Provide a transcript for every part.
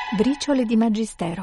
Briciole di Magistero.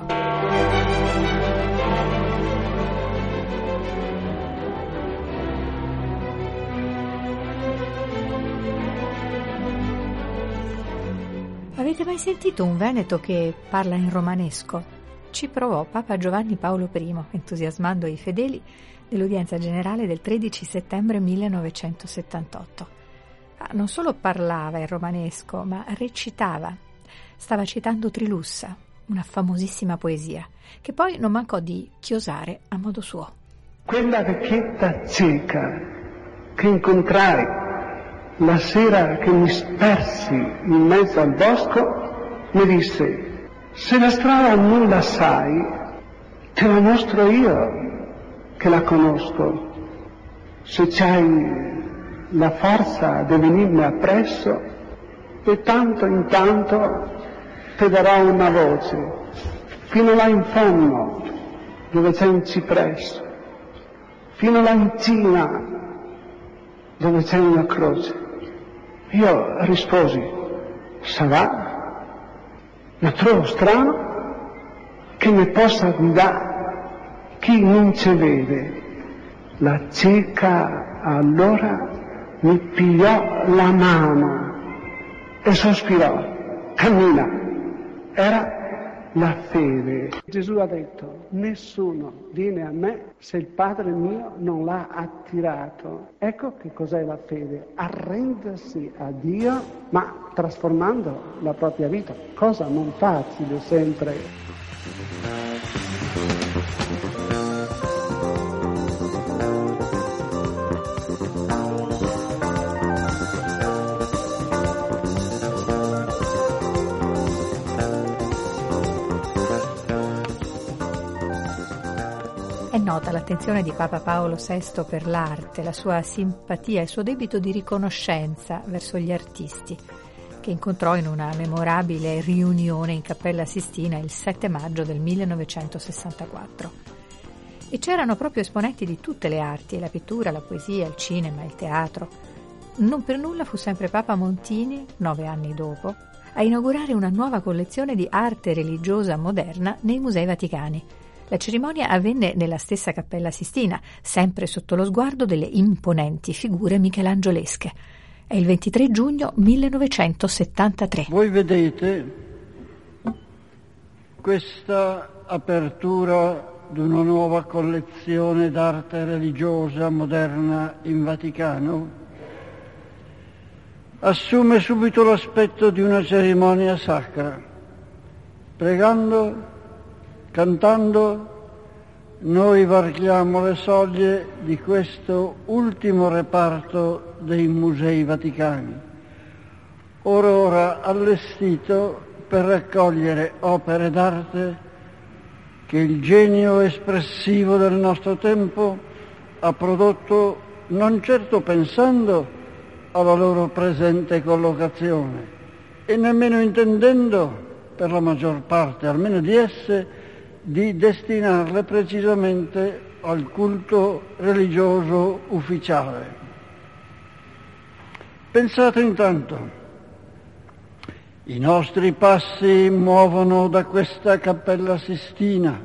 Avete mai sentito un veneto che parla in romanesco? Ci provò Papa Giovanni Paolo I, entusiasmando i fedeli dell'udienza generale del 13 settembre 1978. Non solo parlava in romanesco, ma recitava. Stava citando Trilussa, una famosissima poesia, che poi non mancò di chiosare a modo suo. Quella vecchietta cieca che incontrai la sera che mi spersi in mezzo al bosco mi disse: se la strada non la sai, te la mostro io che la conosco. Se c'hai la forza di venirmi appresso, e tanto in tanto ti darò una voce, fino là in fondo dove c'è un cipresso, fino là in cima dove c'è una croce. Io risposi: sarà, ma trovo strano che mi possa guidare chi non ci vede. La cieca allora mi pigliò la mano e sospirò: cammina. Era la fede. Gesù ha detto: nessuno viene a me se il Padre mio non l'ha attirato. Ecco che cos'è la fede: arrendersi a Dio, ma trasformando la propria vita, cosa non facile sempre. È nota l'attenzione di Papa Paolo VI per l'arte, la sua simpatia e il suo debito di riconoscenza verso gli artisti, che incontrò in una memorabile riunione in Cappella Sistina il 7 maggio del 1964. E c'erano proprio esponenti di tutte le arti, la pittura, la poesia, il cinema, il teatro. Non per nulla fu sempre Papa Montini, 9 anni dopo, a inaugurare una nuova collezione di arte religiosa moderna nei Musei Vaticani. La cerimonia avvenne nella stessa Cappella Sistina, sempre sotto lo sguardo delle imponenti figure michelangiolesche. È il 23 giugno 1973. Voi vedete questa apertura di una nuova collezione d'arte religiosa moderna in Vaticano? Assume subito l'aspetto di una cerimonia sacra. Pregando, cantando, noi varchiamo le soglie di questo ultimo reparto dei Musei Vaticani, ora allestito per raccogliere opere d'arte che il genio espressivo del nostro tempo ha prodotto, non certo pensando alla loro presente collocazione e nemmeno intendendo, per la maggior parte almeno di esse, di destinarle precisamente al culto religioso ufficiale. Pensate intanto, i nostri passi muovono da questa Cappella Sistina,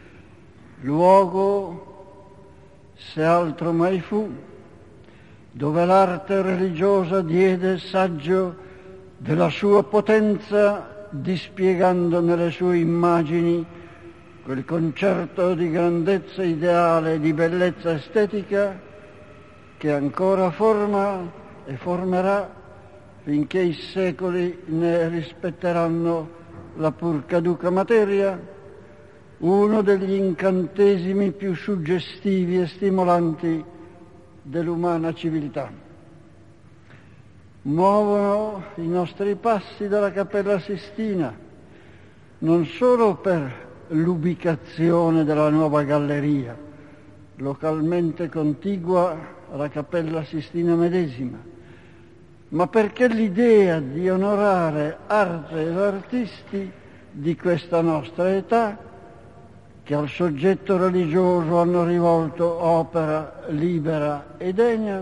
luogo, se altro mai fu, dove l'arte religiosa diede saggio della sua potenza, dispiegando nelle sue immagini quel concerto di grandezza ideale e di bellezza estetica che ancora forma e formerà finché i secoli ne rispetteranno la pur caduca materia, uno degli incantesimi più suggestivi e stimolanti dell'umana civiltà. Muovono i nostri passi dalla Cappella Sistina, non solo per l'ubicazione della nuova galleria, localmente contigua alla Cappella Sistina medesima, ma perché l'idea di onorare arte ed artisti di questa nostra età, che al soggetto religioso hanno rivolto opera libera e degna,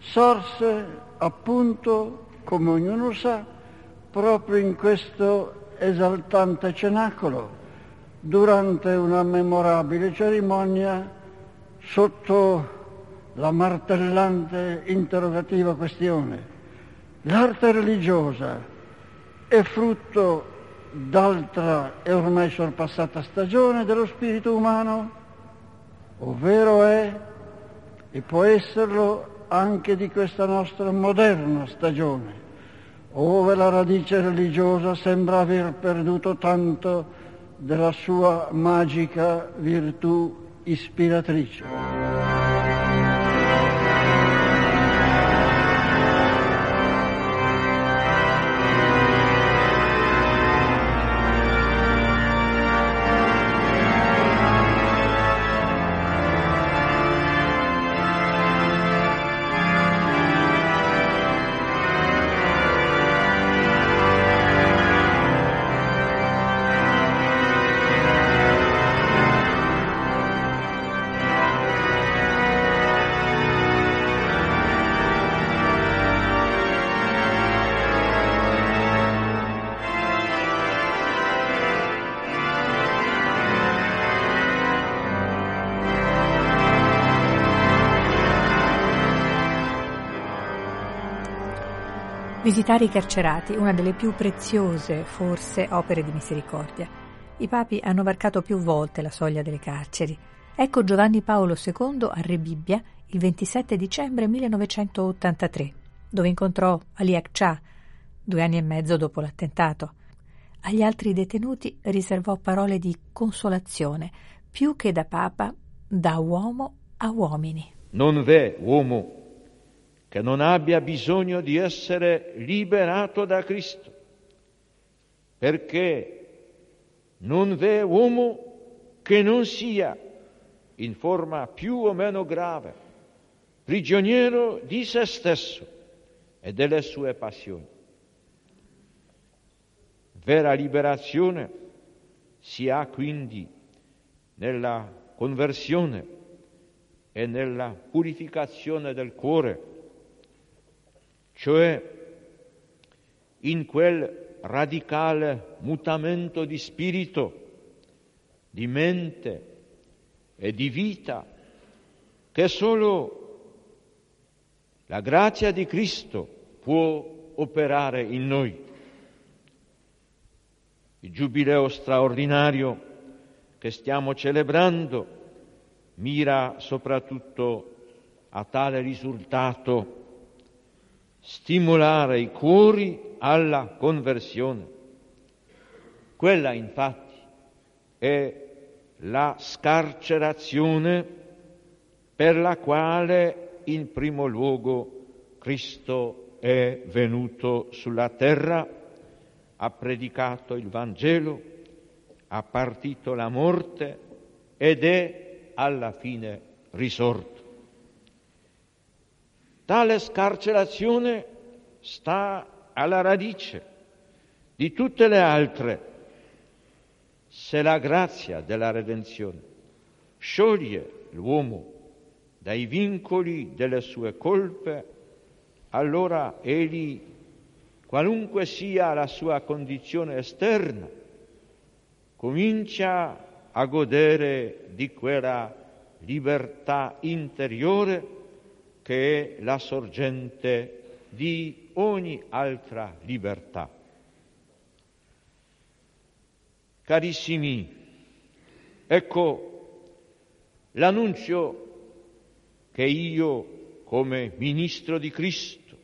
sorse appunto, come ognuno sa, proprio in questo esaltante cenacolo durante una memorabile cerimonia sotto la martellante interrogativa questione: l'arte religiosa è frutto d'altra e ormai sorpassata stagione dello spirito umano, ovvero è e può esserlo anche di questa nostra moderna stagione, ove la radice religiosa sembra aver perduto tanto della sua magica virtù ispiratrice. Visitare i carcerati, una delle più preziose, forse, opere di misericordia. I papi hanno varcato più volte la soglia delle carceri. Ecco Giovanni Paolo II a Re Bibbia il 27 dicembre 1983, dove incontrò Ali Akçaa, 2 anni e mezzo dopo l'attentato. Agli altri detenuti riservò parole di consolazione, più che da papa, da uomo a uomini. Non v'è uomo che non abbia bisogno di essere liberato da Cristo, perché non v'è uomo che non sia, in forma più o meno grave, prigioniero di se stesso e delle sue passioni. Vera liberazione si ha quindi nella conversione e nella purificazione del cuore, cioè in quel radicale mutamento di spirito, di mente e di vita che solo la grazia di Cristo può operare in noi. Il giubileo straordinario che stiamo celebrando mira soprattutto a tale risultato: stimolare i cuori alla conversione. Quella infatti è la scarcerazione per la quale in primo luogo Cristo è venuto sulla terra, ha predicato il Vangelo, ha partito la morte ed è alla fine risorto. Tale scarcerazione sta alla radice di tutte le altre. Se la grazia della redenzione scioglie l'uomo dai vincoli delle sue colpe, allora egli, qualunque sia la sua condizione esterna, comincia a godere di quella libertà interiore che è la sorgente di ogni altra libertà. Carissimi, ecco l'annuncio che io, come ministro di Cristo,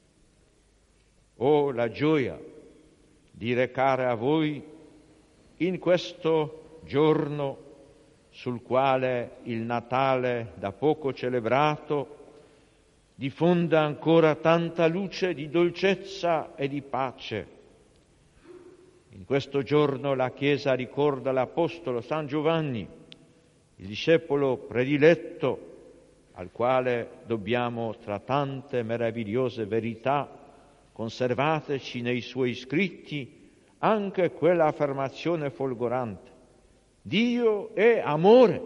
ho la gioia di recare a voi in questo giorno sul quale il Natale da poco celebrato diffonda ancora tanta luce di dolcezza e di pace. In questo giorno la Chiesa ricorda l'Apostolo San Giovanni, il discepolo prediletto, al quale dobbiamo, tra tante meravigliose verità conservateci nei suoi scritti, anche quella affermazione folgorante: Dio è amore.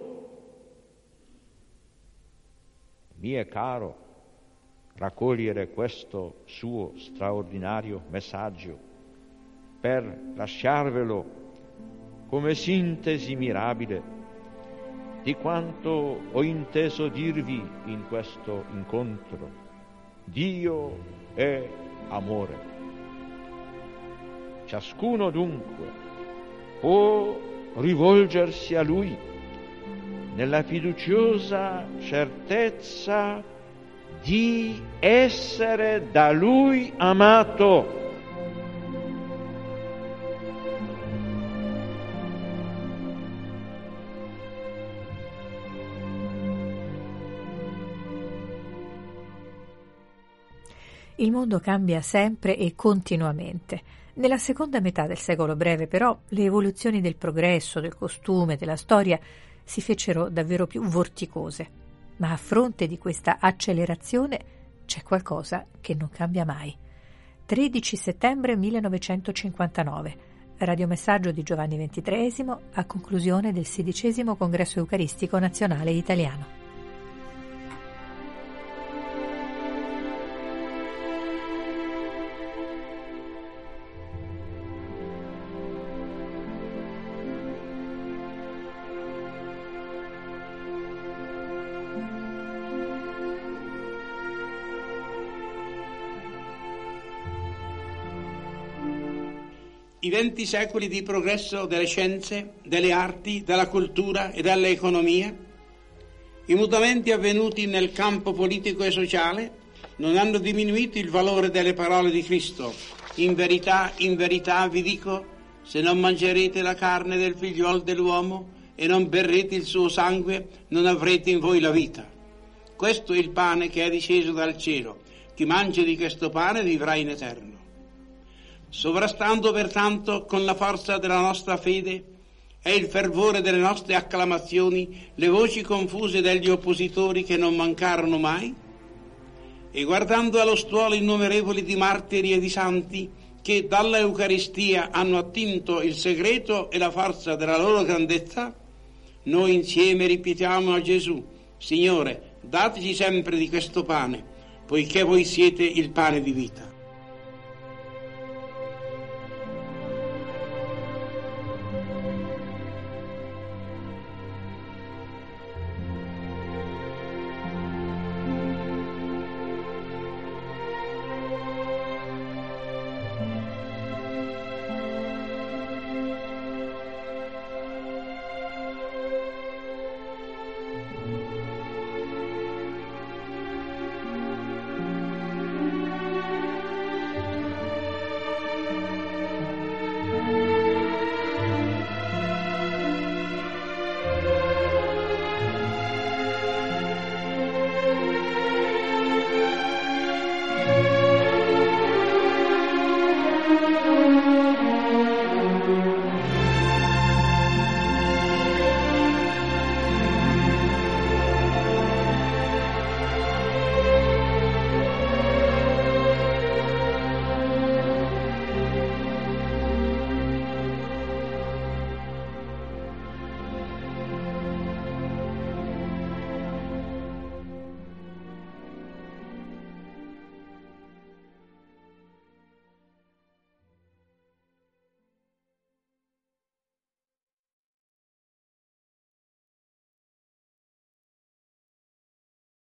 Mi è caro raccogliere questo suo straordinario messaggio per lasciarvelo come sintesi mirabile di quanto ho inteso dirvi in questo incontro. Dio è amore. Ciascuno dunque può rivolgersi a Lui nella fiduciosa certezza di essere da Lui amato. Il mondo cambia sempre e continuamente. Nella seconda metà del secolo breve, però, le evoluzioni del progresso, del costume, della storia si fecero davvero più vorticose. Ma a fronte di questa accelerazione c'è qualcosa che non cambia mai. 13 settembre 1959. Radiomessaggio di Giovanni XXIII a conclusione del 16° Congresso Eucaristico Nazionale Italiano. I 20 secoli di progresso delle scienze, delle arti, della cultura e dell'economia, i mutamenti avvenuti nel campo politico e sociale non hanno diminuito il valore delle parole di Cristo. In verità vi dico, se non mangerete la carne del figliuolo dell'uomo e non berrete il suo sangue, non avrete in voi la vita. Questo è il pane che è disceso dal cielo. Chi mangia di questo pane vivrà in eterno. Sovrastando pertanto con la forza della nostra fede e il fervore delle nostre acclamazioni le voci confuse degli oppositori che non mancarono mai, e guardando allo stuolo innumerevoli di martiri e di santi che dalla Eucaristia hanno attinto il segreto e la forza della loro grandezza, noi insieme ripetiamo a Gesù: Signore, dateci sempre di questo pane, poiché voi siete il pane di vita.